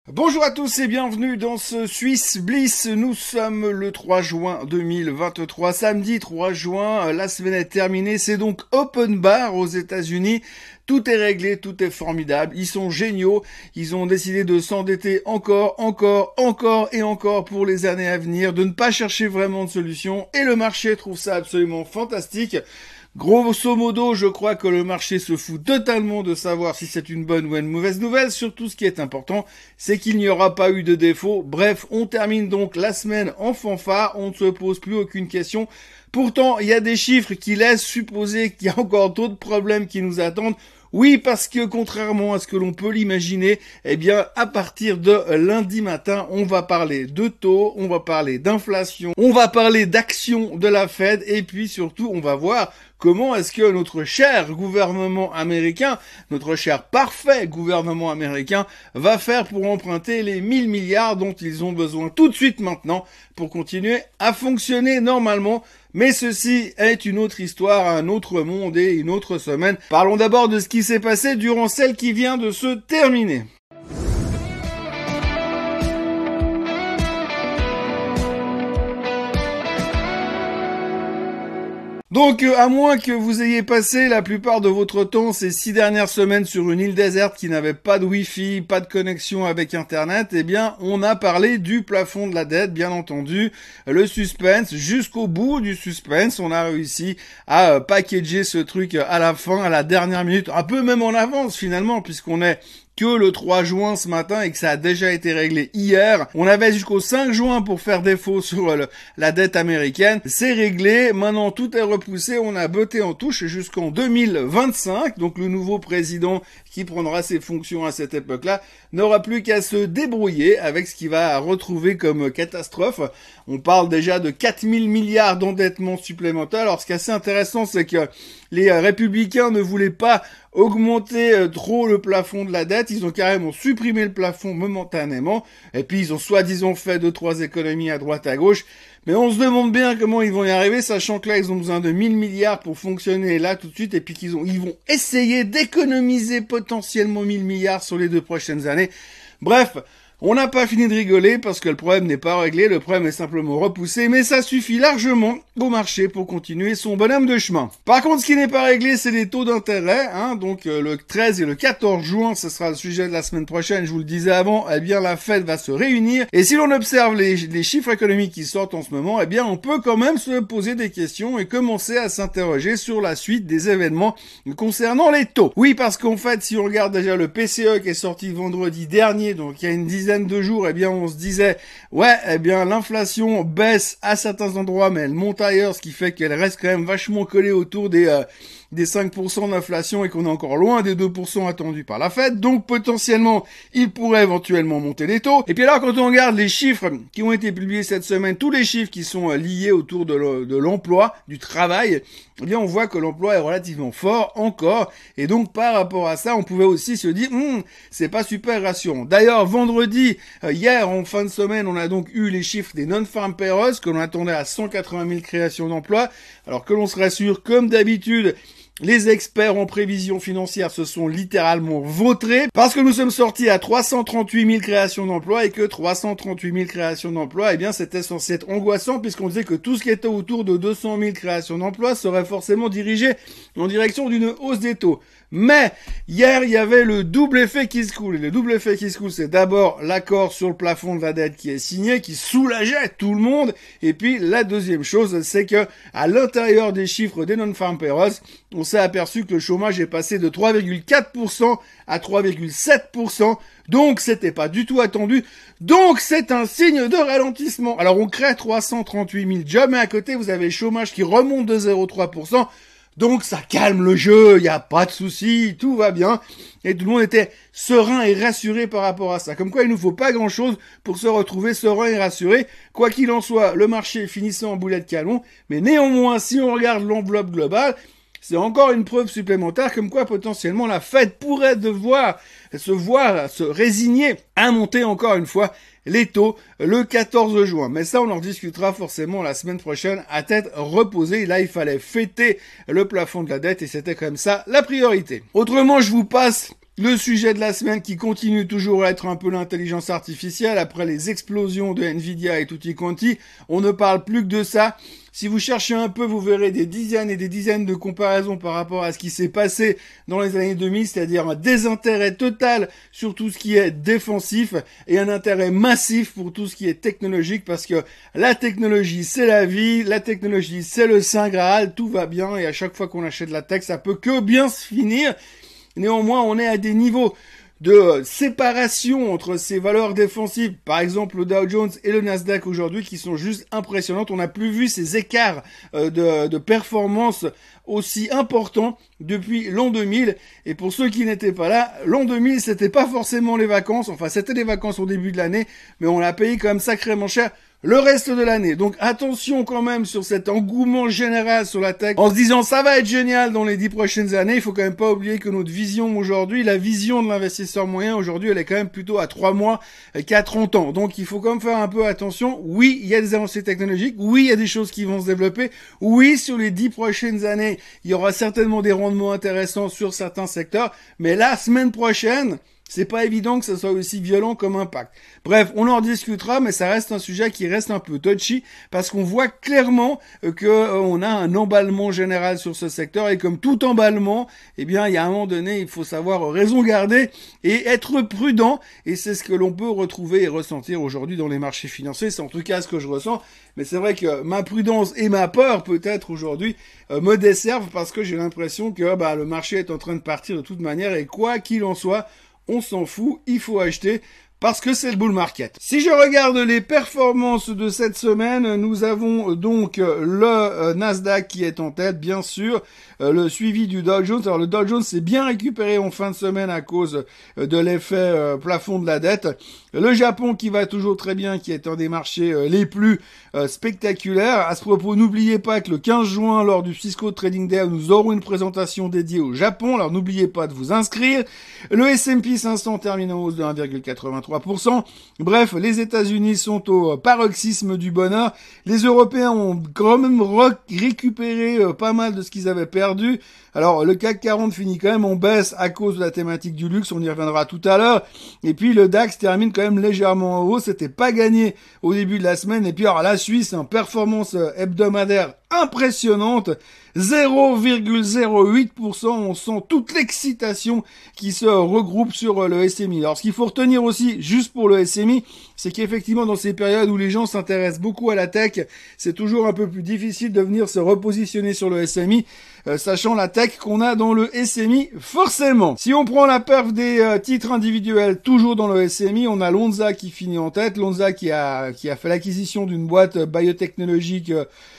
Bonjour à tous et bienvenue dans ce Swiss Bliss. Nous sommes le 3 juin 2023, samedi 3 juin, la semaine est terminée, c'est donc open bar aux États-Unis. Tout est réglé, tout est formidable, ils sont géniaux, ils ont décidé de s'endetter encore et encore pour les années à venir, de ne pas chercher vraiment de solution et le marché trouve ça absolument fantastique. Grosso modo, je crois que le marché se fout totalement de savoir si c'est une bonne ou une mauvaise nouvelle. Surtout, ce qui est important, c'est qu'il n'y aura pas eu de défaut. Bref, on termine donc la semaine en fanfare. On ne se pose plus aucune question. Pourtant, il y a des chiffres qui laissent supposer qu'il y a encore d'autres problèmes qui nous attendent. Oui, parce que contrairement à ce que l'on peut l'imaginer, eh bien, à partir de lundi matin, on va parler de taux, on va parler d'inflation, on va parler d'action de la Fed, et puis surtout, on va voir comment est-ce que notre cher gouvernement américain, notre cher parfait gouvernement américain, va faire pour emprunter les 1000 milliards dont ils ont besoin tout de suite maintenant pour continuer à fonctionner normalement. Mais ceci est une autre histoire, un autre monde et une autre semaine. Parlons d'abord de ce qui s'est passé durant celle qui vient de se terminer. Donc, à moins que vous ayez passé la plupart de votre temps ces 6 dernières semaines sur une île déserte qui n'avait pas de Wi-Fi, pas de connexion avec Internet, eh bien, on a parlé du plafond de la dette, bien entendu, le suspense, jusqu'au bout du suspense, on a réussi à packager ce truc à la fin, à la dernière minute, un peu même en avance finalement, puisqu'on est que le 3 juin ce matin et que ça a déjà été réglé hier. On avait jusqu'au 5 juin pour faire défaut sur la dette américaine. C'est réglé. Maintenant, tout est repoussé. On a botté en touche jusqu'en 2025. Donc, le nouveau président qui prendra ses fonctions à cette époque-là n'aura plus qu'à se débrouiller avec ce qu'il va retrouver comme catastrophe. On parle déjà de 4000 milliards d'endettement supplémentaire. Alors, ce qui est assez intéressant, c'est que les républicains ne voulaient pas augmenter trop le plafond de la dette. Ils ont carrément supprimé le plafond momentanément. Et puis, ils ont soi-disant fait 2-3 économies à droite à gauche. Mais on se demande bien comment ils vont y arriver, sachant que là, ils ont besoin de 1000 milliards pour fonctionner là tout de suite, et puis ils vont essayer d'économiser potentiellement 1000 milliards sur les 2 prochaines années. Bref, on n'a pas fini de rigoler parce que le problème n'est pas réglé, le problème est simplement repoussé, mais ça suffit largement au marché pour continuer son bonhomme de chemin. Par contre, ce qui n'est pas réglé, c'est les taux d'intérêt, donc le 13 et le 14 juin, ce sera le sujet de la semaine prochaine, je vous le disais avant, eh bien la Fed va se réunir, et si l'on observe les chiffres économiques qui sortent en ce moment, eh bien on peut quand même se poser des questions et commencer à s'interroger sur la suite des événements concernant les taux. Oui, parce qu'en fait, si on regarde déjà le PCE qui est sorti vendredi dernier, donc il y a une dizaine de jours, eh bien on se disait ouais, eh bien l'inflation baisse à certains endroits mais elle monte ailleurs, ce qui fait qu'elle reste quand même vachement collée autour des 5% d'inflation et qu'on est encore loin des 2% attendus par la Fed. Donc potentiellement, il pourrait éventuellement monter les taux. Et puis alors, quand on regarde les chiffres qui ont été publiés cette semaine, tous les chiffres qui sont liés autour de l'emploi, du travail, eh bien on voit que l'emploi est relativement fort encore. Et donc par rapport à ça, on pouvait aussi se dire c'est pas super rassurant. D'ailleurs, vendredi, hier en fin de semaine, on a donc eu les chiffres des non-farm payrolls que l'on attendait à 180 000 créations d'emplois. Alors que l'on se rassure, comme d'habitude, les experts en prévision financière se sont littéralement vautrés parce que nous sommes sortis à 338 000 créations d'emplois et que 338 000 créations d'emplois, eh bien, c'était censé être angoissant puisqu'on disait que tout ce qui était autour de 200 000 créations d'emplois serait forcément dirigé en direction d'une hausse des taux. Mais hier, il y avait le double effet qui se coule. Et le double effet qui se coule, c'est d'abord l'accord sur le plafond de la dette qui est signé, qui soulageait tout le monde. Et puis, la deuxième chose, c'est que à l'intérieur des chiffres des non-farm payrolls, on s'est aperçu que le chômage est passé de 3,4% à 3,7%. Donc, c'était pas du tout attendu. Donc, c'est un signe de ralentissement. Alors, on crée 338 000 jobs, mais à côté, vous avez le chômage qui remonte de 0,3%. Donc ça calme le jeu, il n'y a pas de souci, tout va bien. Et tout le monde était serein et rassuré par rapport à ça. Comme quoi il nous faut pas grand chose pour se retrouver serein et rassuré. Quoi qu'il en soit, le marché finissait en boulet de canon. Mais néanmoins, si on regarde l'enveloppe globale, c'est encore une preuve supplémentaire comme quoi potentiellement la Fed pourrait se résigner à monter encore une fois les taux le 14 juin. Mais ça, on en discutera forcément la semaine prochaine à tête reposée. Là, il fallait fêter le plafond de la dette et c'était comme ça la priorité. Autrement, je vous passe Le sujet de la semaine qui continue toujours à être un peu l'intelligence artificielle. Après les explosions de Nvidia et tutti quanti, on ne parle plus que de ça. Si vous cherchez un peu, vous verrez des dizaines et des dizaines de comparaisons par rapport à ce qui s'est passé dans les années 2000, c'est-à-dire un désintérêt total sur tout ce qui est défensif et un intérêt massif pour tout ce qui est technologique, parce que la technologie, c'est la vie, la technologie, c'est le Saint Graal, tout va bien, et à chaque fois qu'on achète la tech, ça peut que bien se finir. Néanmoins, on est à des niveaux de séparation entre ces valeurs défensives, par exemple le Dow Jones et le Nasdaq aujourd'hui, qui sont juste impressionnantes. On n'a plus vu ces écarts de performance aussi importants depuis l'an 2000. Et pour ceux qui n'étaient pas là, l'an 2000, c'était pas forcément les vacances. Enfin, c'était les vacances au début de l'année, mais on l'a payé quand même sacrément cher le reste de l'année. Donc attention quand même sur cet engouement général sur la tech. En se disant ça va être génial dans les 10 prochaines années, il faut quand même pas oublier que notre vision aujourd'hui, la vision de l'investisseur moyen aujourd'hui, elle est quand même plutôt à 3 mois qu'à 30 ans. Donc il faut quand même faire un peu attention. Oui, il y a des avancées technologiques. Oui, il y a des choses qui vont se développer. Oui, sur les 10 prochaines années, il y aura certainement des rendements intéressants sur certains secteurs. Mais la semaine prochaine, c'est pas évident que ça soit aussi violent comme impact. Bref, on en discutera, mais ça reste un sujet qui reste un peu touchy parce qu'on voit clairement que on a un emballement général sur ce secteur, et comme tout emballement, eh bien, il y a un moment donné, il faut savoir raison garder et être prudent, et c'est ce que l'on peut retrouver et ressentir aujourd'hui dans les marchés financiers. C'est en tout cas ce que je ressens, mais c'est vrai que ma prudence et ma peur peut-être aujourd'hui me desservent, parce que j'ai l'impression que le marché est en train de partir de toute manière, et quoi qu'il en soit, on s'en fout, il faut acheter parce que c'est le bull market. Si je regarde les performances de cette semaine, nous avons donc le Nasdaq qui est en tête, bien sûr, le suivi du Dow Jones. Alors le Dow Jones s'est bien récupéré en fin de semaine à cause de l'effet plafond de la dette. Le Japon qui va toujours très bien, qui est un des marchés les plus spectaculaires. À ce propos, n'oubliez pas que le 15 juin, lors du Cisco Trading Day, nous aurons une présentation dédiée au Japon. Alors n'oubliez pas de vous inscrire. Le S&P 500 termine en hausse de 1,83%. Bref, les États-Unis sont au paroxysme du bonheur. Les Européens ont quand même récupéré pas mal de ce qu'ils avaient perdu. Alors, le CAC 40 finit quand même en baisse à cause de la thématique du luxe, on y reviendra tout à l'heure. Et puis, le DAX termine quand même légèrement en haut, c'était pas gagné au début de la semaine. Et puis, alors, la Suisse, en performance hebdomadaire impressionnante, 0,08%, on sent toute l'excitation qui se regroupe sur le SMI. Alors ce qu'il faut retenir aussi, juste pour le SMI, c'est qu'effectivement dans ces périodes où les gens s'intéressent beaucoup à la tech, c'est toujours un peu plus difficile de venir se repositionner sur le SMI, sachant la tech qu'on a dans le SMI forcément. Si on prend la perf des titres individuels toujours dans le SMI, on a Lonza qui finit en tête, Lonza qui a fait l'acquisition d'une boîte biotechnologique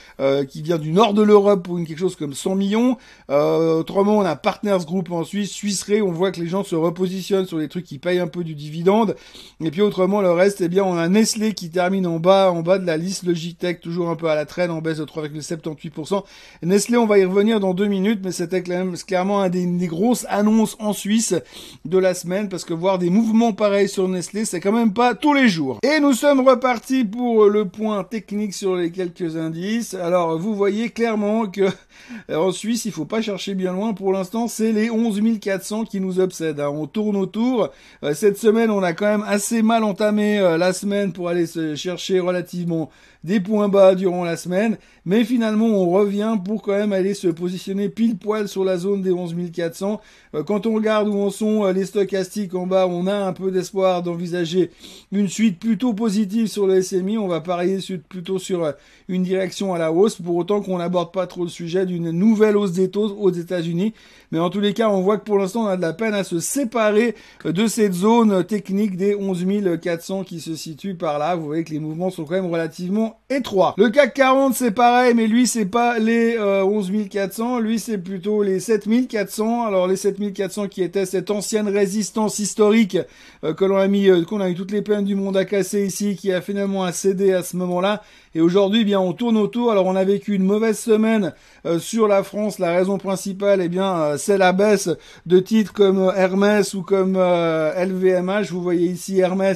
qui vient du nord de l'Europe pour quelque chose comme 100 millions. Autrement, on a Partners Group en Suisse, Swiss Re, on voit que les gens se repositionnent sur les trucs qui payent un peu du dividende. Et puis autrement, le reste, eh bien, on a Nestlé qui termine en bas de la liste, Logitech toujours un peu à la traîne, en baisse de 3,78%. Nestlé, on va y revenir dans 2 minutes, mais c'était clairement une des grosses annonces en Suisse de la semaine, parce que voir des mouvements pareils sur Nestlé, c'est quand même pas tous les jours. Et nous sommes repartis pour le point technique sur les quelques indices. Alors, vous voyez clairement que en Suisse, il faut pas chercher bien loin. Pour l'instant, c'est les 11 400 qui nous obsèdent. Alors, on tourne autour. Cette semaine, on a quand même assez mal entamé la semaine pour aller se chercher relativement des points bas durant la semaine. Mais finalement, on revient pour quand même aller se positionner pile poil sur la zone des 11 400. Quand on regarde où en sont les stochastiques en bas, on a un peu d'espoir d'envisager une suite plutôt positive sur le SMI. On va parier plutôt sur une direction à la hausse, pour autant qu'on n'aborde pas trop le sujet d'une nouvelle hausse des taux aux États-Unis. Mais en tous les cas, on voit que pour l'instant, on a de la peine à se séparer de cette zone technique des 11 400 qui se situe par là. Vous voyez que les mouvements sont quand même relativement étroits. Le CAC 40, c'est pareil, mais lui, c'est pas les 11 400. Lui, c'est plutôt les 7 400. Alors, les 7 400 qui étaient cette ancienne résistance historique qu'on a eu toutes les peines du monde à casser ici, qui a finalement cédé à ce moment-là. Et aujourd'hui, eh bien, on tourne autour. Alors, on a vécu une mauvaise semaine sur la France. La raison principale, eh bien, c'est la baisse de titres comme Hermès ou comme LVMH. Vous voyez ici Hermès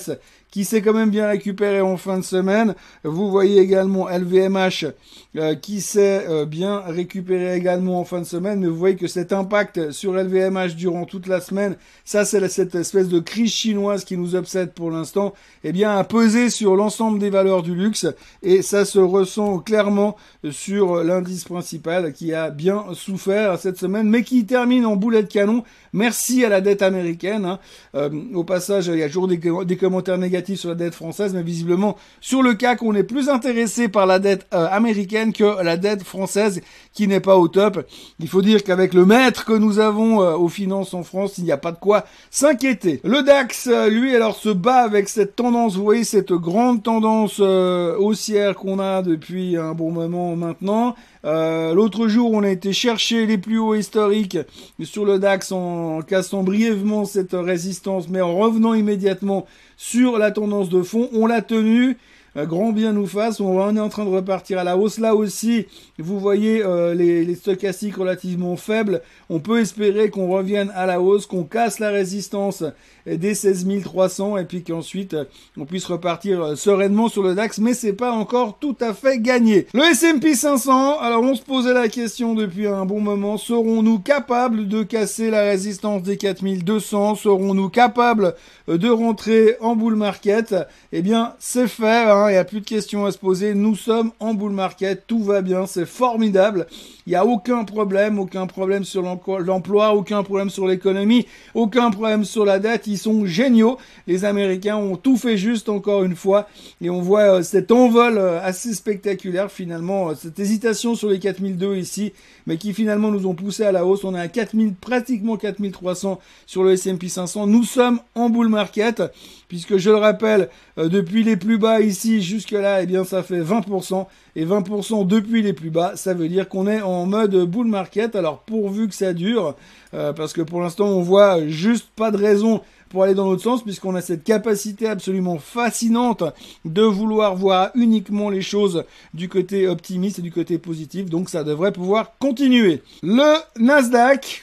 qui s'est quand même bien récupéré en fin de semaine. Vous voyez également LVMH qui s'est bien récupéré également en fin de semaine, mais vous voyez que cet impact sur LVMH durant toute la semaine, ça c'est cette espèce de crise chinoise qui nous obsède pour l'instant, eh bien a pesé sur l'ensemble des valeurs du luxe, et ça se ressent clairement sur l'indice principal qui a bien souffert cette semaine, mais qui termine en boulet de canon. Merci à la dette américaine. Au passage, il y a toujours des commentaires négatifs sur la dette française, mais visiblement sur le CAC, on est plus intéressé par la dette américaine que la dette française qui n'est pas au top. Il faut dire qu'avec le maître que nous avons aux finances en France, il n'y a pas de quoi s'inquiéter. Le DAX, lui, alors se bat avec cette tendance, vous voyez, cette grande tendance haussière qu'on a depuis un bon moment maintenant. L'autre jour, on a été chercher les plus hauts historiques sur le DAX en cassant brièvement cette résistance, mais en revenant immédiatement sur la tendance de fond. On l'a tenu. Grand bien nous fasse, on est en train de repartir à la hausse. Là aussi, vous voyez les stochastiques relativement faibles. On peut espérer qu'on revienne à la hausse, qu'on casse la résistance des 16 300 et puis qu'ensuite on puisse repartir sereinement sur le DAX, mais c'est pas encore tout à fait gagné. Le S&P 500, alors on se posait la question depuis un bon moment, serons-nous capables de casser la résistance des 4200? Serons-nous capables de rentrer en bull market? Eh bien, c'est fait, hein, il n'y a plus de questions à se poser. Nous sommes en bull market, tout va bien, c'est formidable. Il n'y a aucun problème sur l'emploi, aucun problème sur l'économie, aucun problème sur la dette. Ils sont géniaux. Les Américains ont tout fait juste encore une fois. Et on voit cet envol assez spectaculaire finalement, cette hésitation sur les 4002 ici, mais qui finalement nous ont poussé à la hausse. On est à 4000, pratiquement 4300 sur le S&P 500. Nous sommes en bull market, puisque je le rappelle, depuis les plus bas ici jusque là, eh bien ça fait 20%. Et 20% depuis les plus bas, ça veut dire qu'on est en mode bull market. Alors pourvu que ça dure, parce que pour l'instant on voit juste pas de raison pour aller dans l'autre sens, puisqu'on a cette capacité absolument fascinante de vouloir voir uniquement les choses du côté optimiste et du côté positif. Donc ça devrait pouvoir continuer. Le Nasdaq,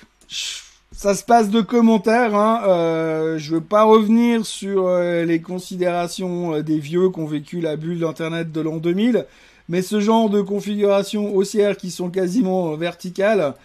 ça se passe de commentaires, hein. Je veux pas revenir sur les considérations des vieux qui ont vécu la bulle d'Internet de l'an 2000. Mais ce genre de configurations haussières qui sont quasiment verticales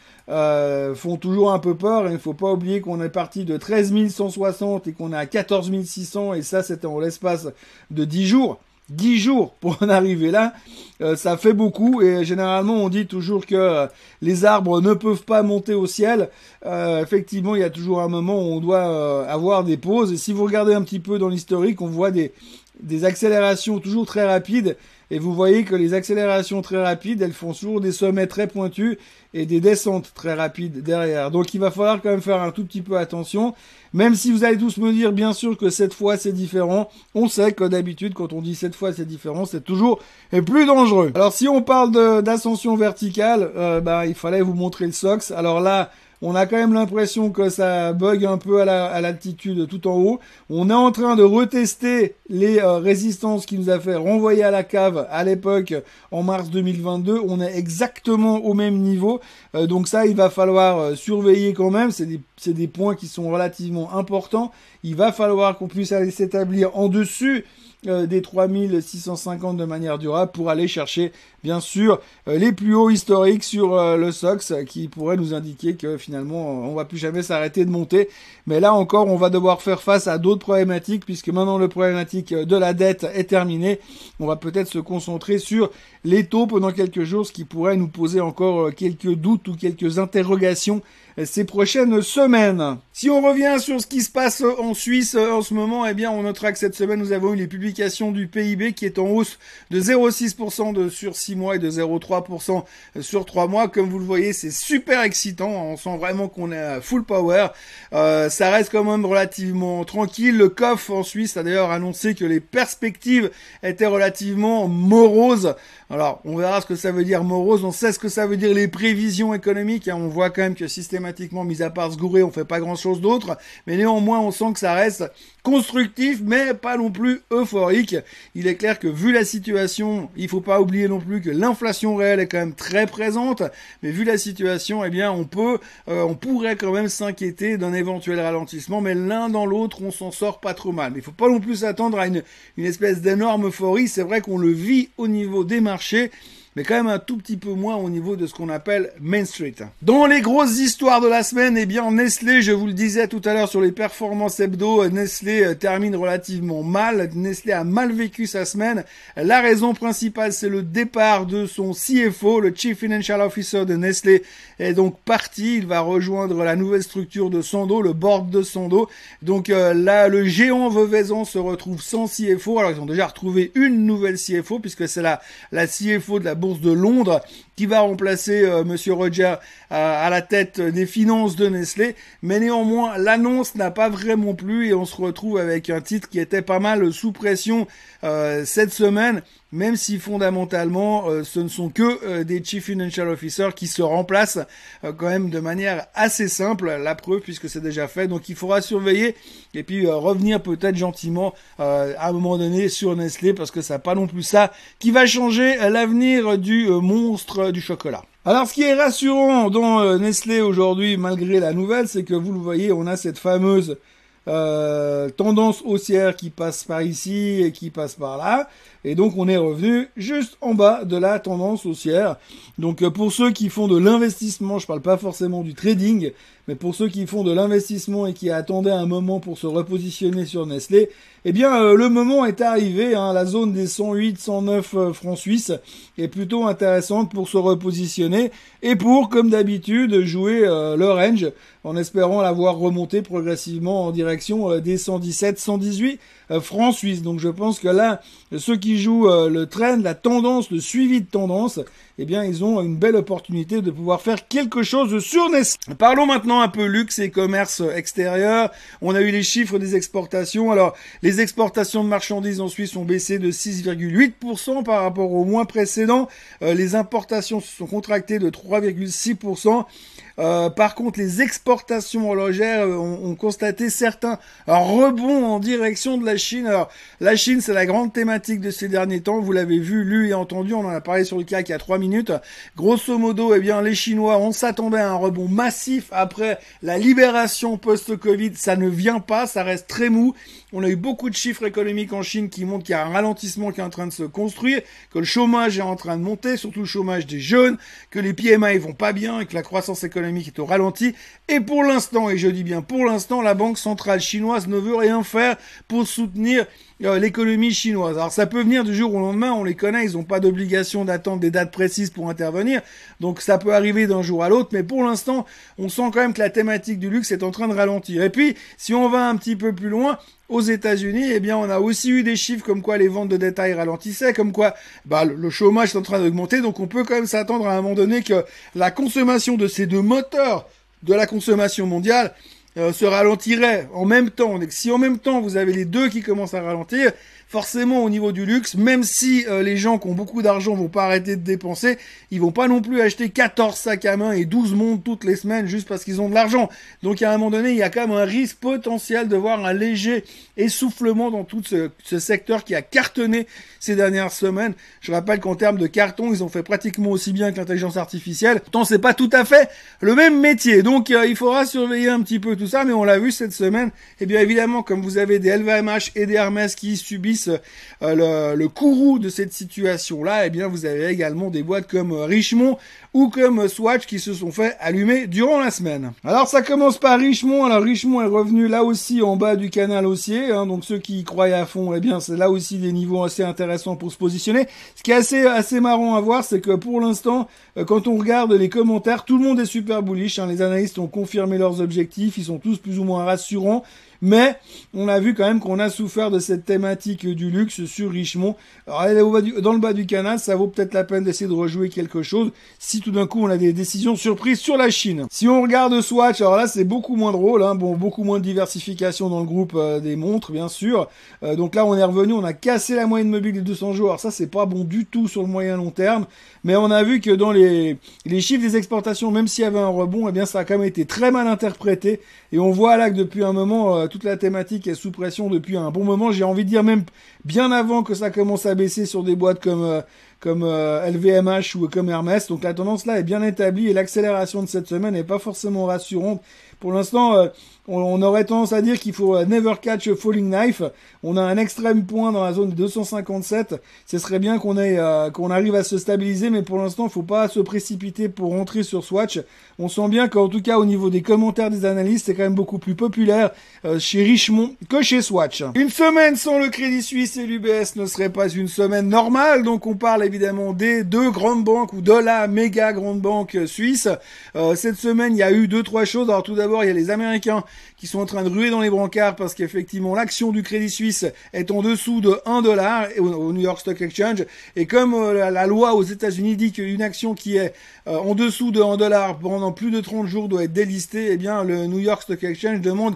font toujours un peu peur. Et il ne faut pas oublier qu'on est parti de 13 160 et qu'on est à 14 600. Et ça, c'était en l'espace de 10 jours. 10 jours pour en arriver là, ça fait beaucoup. Et généralement, on dit toujours que les arbres ne peuvent pas monter au ciel. Effectivement, il y a toujours un moment où on doit avoir des pauses. Et si vous regardez un petit peu dans l'historique, on voit des accélérations toujours très rapides. Et vous voyez que les accélérations très rapides, elles font toujours des sommets très pointus et des descentes très rapides derrière. Donc il va falloir quand même faire un tout petit peu attention. Même si vous allez tous me dire, bien sûr, que cette fois c'est différent. On sait que d'habitude, quand on dit cette fois c'est différent, c'est toujours plus dangereux. Alors si on parle d'ascension verticale, il fallait vous montrer le SOX. Alors là, on a quand même l'impression que ça bug un peu à l'altitude tout en haut. On est en train de retester les résistances qui nous a fait renvoyer à la cave à l'époque en mars 2022. On est exactement au même niveau. Donc ça, il va falloir surveiller quand même. C'est des points qui sont relativement importants. Il va falloir qu'on puisse aller s'établir en dessus des 3650 de manière durable pour aller chercher bien sûr les plus hauts historiques sur le SOX qui pourraient nous indiquer que finalement on va plus jamais s'arrêter de monter. Mais là encore on va devoir faire face à d'autres problématiques puisque maintenant le problématique de la dette est terminé. On va peut-être se concentrer sur les taux pendant quelques jours, ce qui pourrait nous poser encore quelques doutes ou quelques interrogations ces prochaines semaines. Si on revient sur ce qui se passe en Suisse en ce moment, eh bien on notera que cette semaine nous avons eu les publications du PIB qui est en hausse de 0,6% sur 6 mois et de 0,3% sur 3 mois. Comme vous le voyez, c'est super excitant. On sent vraiment qu'on est à full power. Ça reste quand même relativement tranquille. Le COF en Suisse a d'ailleurs annoncé que les perspectives étaient relativement moroses. Alors, on verra ce que ça veut dire morose. On sait ce que ça veut dire les prévisions économiques. On voit quand même que systématiquement systématiquement, mis à part se gourer, on fait pas grand chose d'autre, mais néanmoins on sent que ça reste constructif, mais pas non plus euphorique. Il est clair que vu la situation, il faut pas oublier non plus que l'inflation réelle est quand même très présente, mais vu la situation, eh bien on pourrait quand même s'inquiéter d'un éventuel ralentissement, mais l'un dans l'autre, on s'en sort pas trop mal. Mais il faut pas non plus s'attendre à une espèce d'énorme euphorie. C'est vrai qu'on le vit au niveau des marchés, mais quand même un tout petit peu moins au niveau de ce qu'on appelle Main Street. Dans les grosses histoires de la semaine, eh bien Nestlé, je vous le disais tout à l'heure sur les performances hebdo, Nestlé termine relativement mal. Nestlé a mal vécu sa semaine. La raison principale, c'est le départ de son CFO, le Chief Financial Officer de Nestlé, est donc parti. Il va rejoindre la nouvelle structure de Sando, le board de Sando. Donc là, le géant veuvezan se retrouve sans CFO. Alors ils ont déjà retrouvé une nouvelle CFO, puisque c'est la CFO de la bourse de Londres qui va remplacer Monsieur Roger à la tête des finances de Nestlé. Mais néanmoins, l'annonce n'a pas vraiment plu et on se retrouve avec un titre qui était pas mal sous pression cette semaine, même si fondamentalement ce ne sont que des Chief Financial Officers qui se remplacent quand même de manière assez simple, la preuve puisque c'est déjà fait. Donc il faudra surveiller et puis revenir peut-être gentiment à un moment donné sur Nestlé, parce que c'est pas non plus ça qui va changer l'avenir du monstre du chocolat. Alors, ce qui est rassurant dans Nestlé aujourd'hui, malgré la nouvelle, c'est que vous le voyez, on a cette fameuse tendance haussière qui passe par ici et qui passe par là. Et donc, on est revenu juste en bas de la tendance haussière. Donc, pour ceux qui font de l'investissement, je parle pas forcément du trading, mais pour ceux qui font de l'investissement et qui attendaient un moment pour se repositionner sur Nestlé, eh bien, le moment est arrivé. La zone des 108, 109 francs suisses est plutôt intéressante pour se repositionner et pour, comme d'habitude, jouer le range en espérant la voir remonter progressivement en direction des 117, 118 francs suisses. Donc, je pense que là, ceux qui jouent le trend, la tendance, le suivi de tendance, eh bien, ils ont une belle opportunité de pouvoir faire quelque chose sur Nestlé. Parlons maintenant un peu luxe et commerce extérieur. On a eu les chiffres des exportations. Alors, les exportations de marchandises en Suisse ont baissé de 6,8% par rapport au mois précédent. Les importations se sont contractées de 3,6%. Par contre, les exportations horlogères ont constaté certains rebonds en direction de la Chine. Alors, la Chine, c'est la grande thématique de ces derniers temps. Vous l'avez vu, lu et entendu. On en a parlé sur le CAC il y a 3 minutes. Grosso modo, eh bien, les Chinois, on s'attendait à un rebond massif après la libération post-Covid. Ça ne vient pas, ça reste très mou. On a eu beaucoup de chiffres économiques en Chine qui montrent qu'il y a un ralentissement qui est en train de se construire, que le chômage est en train de monter, surtout le chômage des jeunes, que les PMI vont pas bien et que la croissance économique est au ralenti. Et pour l'instant, et je dis bien pour l'instant, la Banque centrale chinoise ne veut rien faire pour soutenir l'économie chinoise. Alors ça peut venir du jour au lendemain, on les connaît, ils n'ont pas d'obligation d'attendre des dates précises pour intervenir, donc ça peut arriver d'un jour à l'autre, mais pour l'instant, on sent quand même que la thématique du luxe est en train de ralentir. Et puis, si on va un petit peu plus loin, aux États-Unis, eh bien, on a aussi eu des chiffres comme quoi les ventes de détail ralentissaient, comme quoi le chômage est en train d'augmenter, donc on peut quand même s'attendre à un moment donné que la consommation de ces deux moteurs de la consommation mondiale se ralentirait en même temps. Donc, si en même temps vous avez les deux qui commencent à ralentir, forcément au niveau du luxe, même si les gens qui ont beaucoup d'argent vont pas arrêter de dépenser, ils vont pas non plus acheter 14 sacs à main et 12 montres toutes les semaines juste parce qu'ils ont de l'argent. Donc à un moment donné, il y a quand même un risque potentiel de voir un léger essoufflement dans tout ce secteur qui a cartonné ces dernières semaines. Je rappelle qu'en termes de carton, ils ont fait pratiquement aussi bien que l'intelligence artificielle. Pourtant, c'est pas tout à fait le même métier. Donc il faudra surveiller un petit peu tout ça, mais on l'a vu cette semaine. Et bien évidemment, comme vous avez des LVMH et des Hermès qui subissent le courroux de cette situation-là, eh bien vous avez également des boîtes comme Richemont ou comme Swatch qui se sont fait allumer durant la semaine. Alors ça commence par Richemont. Alors Richemont est revenu là aussi en bas du canal haussier, donc ceux qui y croient à fond, eh bien c'est là aussi des niveaux assez intéressants pour se positionner. Ce qui est assez marrant à voir, c'est que pour l'instant, quand on regarde les commentaires, tout le monde est super bullish, les analystes ont confirmé leurs objectifs, ils sont tous plus ou moins rassurants. Mais on a vu quand même qu'on a souffert de cette thématique du luxe sur Richemont. Alors elle est dans le bas du canal, ça vaut peut-être la peine d'essayer de rejouer quelque chose si tout d'un coup on a des décisions surprises sur la Chine. Si on regarde Swatch, alors là c'est beaucoup moins drôle, hein. Bon, beaucoup moins de diversification dans le groupe des montres bien sûr. Donc là on est revenu, on a cassé la moyenne mobile des 200 jours. Alors ça c'est pas bon du tout sur le moyen long terme, mais on a vu que dans les chiffres des exportations, même s'il y avait un rebond, eh bien ça a quand même été très mal interprété. Et on voit là que depuis un moment, toute la thématique est sous pression depuis un bon moment. J'ai envie de dire même bien avant que ça commence à baisser sur des boîtes comme LVMH ou comme Hermès. Donc la tendance là est bien établie et l'accélération de cette semaine n'est pas forcément rassurante. Pour l'instant, on aurait tendance à dire qu'il faut never catch a falling knife. On a un extrême point dans la zone de 257. Ce serait bien qu'on arrive à se stabiliser, mais pour l'instant, il faut pas se précipiter pour rentrer sur Swatch. On sent bien qu'en tout cas, au niveau des commentaires des analystes, c'est quand même beaucoup plus populaire chez Richemont que chez Swatch. Une semaine sans le Crédit Suisse et l'UBS ne serait pas une semaine normale. Donc, on parle évidemment des deux grandes banques ou de la méga grande banque suisse. Cette semaine, il y a eu 2-3 choses. Alors, tout d'abord, il y a les Américains qui sont en train de ruer dans les brancards parce qu'effectivement l'action du Crédit Suisse est en dessous de 1 dollar au New York Stock Exchange, et comme la loi aux États-Unis dit qu'une action qui est en dessous de 1 dollar pendant plus de 30 jours doit être délistée, eh bien le New York Stock Exchange demande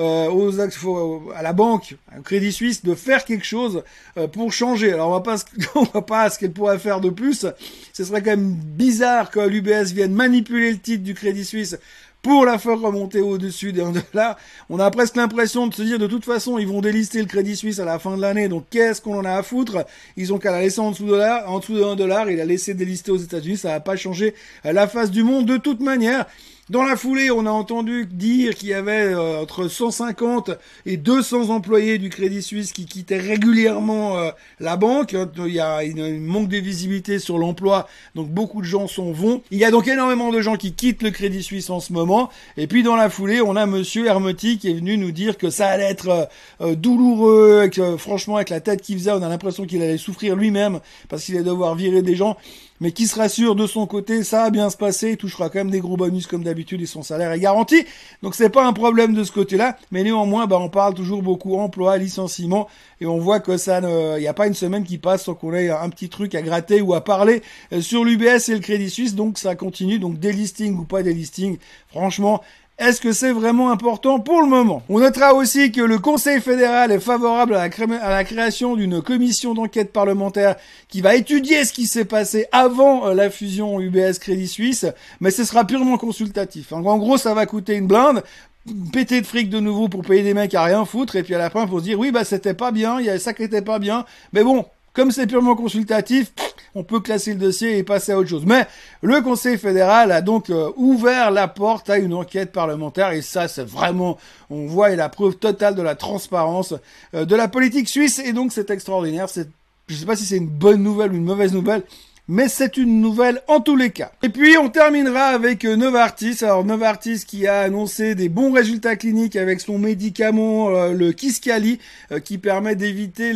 à la banque, au Crédit Suisse, de faire quelque chose pour changer. Alors on voit pas ce qu'elle pourrait faire de plus. Ce serait quand même bizarre que l'UBS vienne manipuler le titre du Crédit Suisse pour la faire remonter au-dessus des 1 dollar. On a presque l'impression de se dire, de toute façon, ils vont délister le Crédit Suisse à la fin de l'année, donc qu'est-ce qu'on en a à foutre? Ils ont qu'à la laisser en dessous de 1 dollar, et la laisser délister aux États-Unis, ça va pas changer la face du monde de toute manière. Dans la foulée, on a entendu dire qu'il y avait entre 150 et 200 employés du Crédit Suisse qui quittaient régulièrement la banque. Il y a une manque de visibilité sur l'emploi, donc beaucoup de gens s'en vont. Il y a donc énormément de gens qui quittent le Crédit Suisse en ce moment. Et puis dans la foulée, on a Monsieur Hermetti qui est venu nous dire que ça allait être douloureux, et que franchement avec la tête qu'il faisait, on a l'impression qu'il allait souffrir lui-même parce qu'il allait devoir virer des gens. Mais qui se rassure de son côté, ça va bien se passer, il touchera quand même des gros bonus comme d'habitude et son salaire est garanti. Donc c'est pas un problème de ce côté-là, mais néanmoins, on parle toujours beaucoup emploi, licenciement, et on voit que il n'y a pas une semaine qui passe sans qu'on ait un petit truc à gratter ou à parler sur l'UBS et le Crédit Suisse. Donc ça continue, donc délisting ou pas délisting, franchement, est-ce que c'est vraiment important pour le moment? On notera aussi que le Conseil fédéral est favorable à la création d'une commission d'enquête parlementaire qui va étudier ce qui s'est passé avant la fusion UBS Crédit Suisse, mais ce sera purement consultatif. En gros, ça va coûter une blinde, péter de fric de nouveau pour payer des mecs à rien foutre, et puis à la fin, faut se dire, oui, c'était pas bien, il y a ça qui était pas bien, mais bon, comme c'est purement consultatif, on peut classer le dossier et passer à autre chose. Mais le Conseil fédéral a donc ouvert la porte à une enquête parlementaire, et ça, c'est vraiment, on voit, la preuve totale de la transparence de la politique suisse, et donc c'est extraordinaire. Je sais pas si c'est une bonne nouvelle ou une mauvaise nouvelle, mais c'est une nouvelle en tous les cas. Et puis on terminera avec Novartis. Alors Novartis qui a annoncé des bons résultats cliniques avec son médicament le Kisqali qui permet d'éviter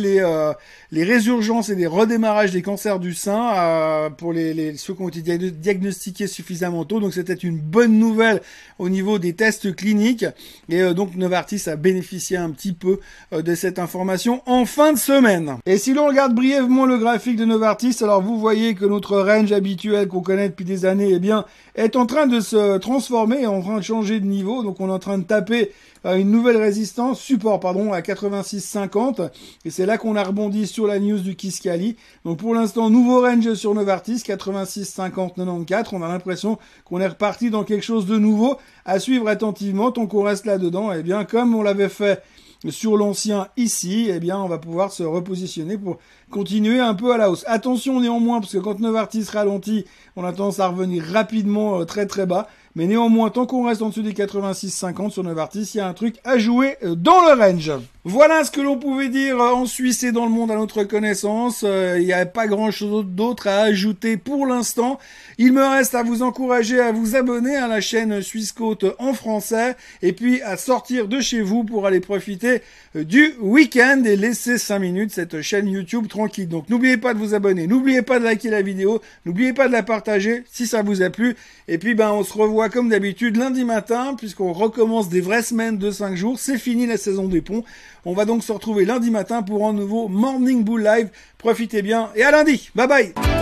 les résurgences et les redémarrages des cancers du sein pour ceux qui ont été diagnostiqués suffisamment tôt. Donc c'était une bonne nouvelle au niveau des tests cliniques, et donc Novartis a bénéficié un petit peu de cette information en fin de semaine. Et si l'on regarde brièvement le graphique de Novartis, alors vous voyez que notre range habituel qu'on connaît depuis des années, est en train de se transformer, en train de changer de niveau. Donc on est en train de taper une nouvelle résistance, support à 86,50, et c'est là qu'on a rebondi sur la news du Kisqali. Donc pour l'instant, nouveau range sur Novartis, 86,50, 94. On a l'impression qu'on est reparti dans quelque chose de nouveau, à suivre attentivement. Tant qu'on reste là-dedans, comme on l'avait fait sur l'ancien ici, on va pouvoir se repositionner pour continuer un peu à la hausse. Attention néanmoins, parce que quand Novartis ralentit, on a tendance à revenir rapidement très très bas. Mais néanmoins, tant qu'on reste en dessous des 86,50 sur Novartis, il y a un truc à jouer dans le range. Voilà ce que l'on pouvait dire en Suisse et dans le monde à notre connaissance. Il n'y a pas grand-chose d'autre à ajouter pour l'instant. Il me reste à vous encourager à vous abonner à la chaîne Suisse Côte en français et puis à sortir de chez vous pour aller profiter du week-end et laisser 5 minutes cette chaîne YouTube tranquille. Donc n'oubliez pas de vous abonner, n'oubliez pas de liker la vidéo, n'oubliez pas de la partager si ça vous a plu. Et puis on se revoit comme d'habitude lundi matin puisqu'on recommence des vraies semaines de 5 jours. C'est fini la saison des ponts. On va donc se retrouver lundi matin pour un nouveau Morning Bull Live. Profitez bien et à lundi. Bye bye.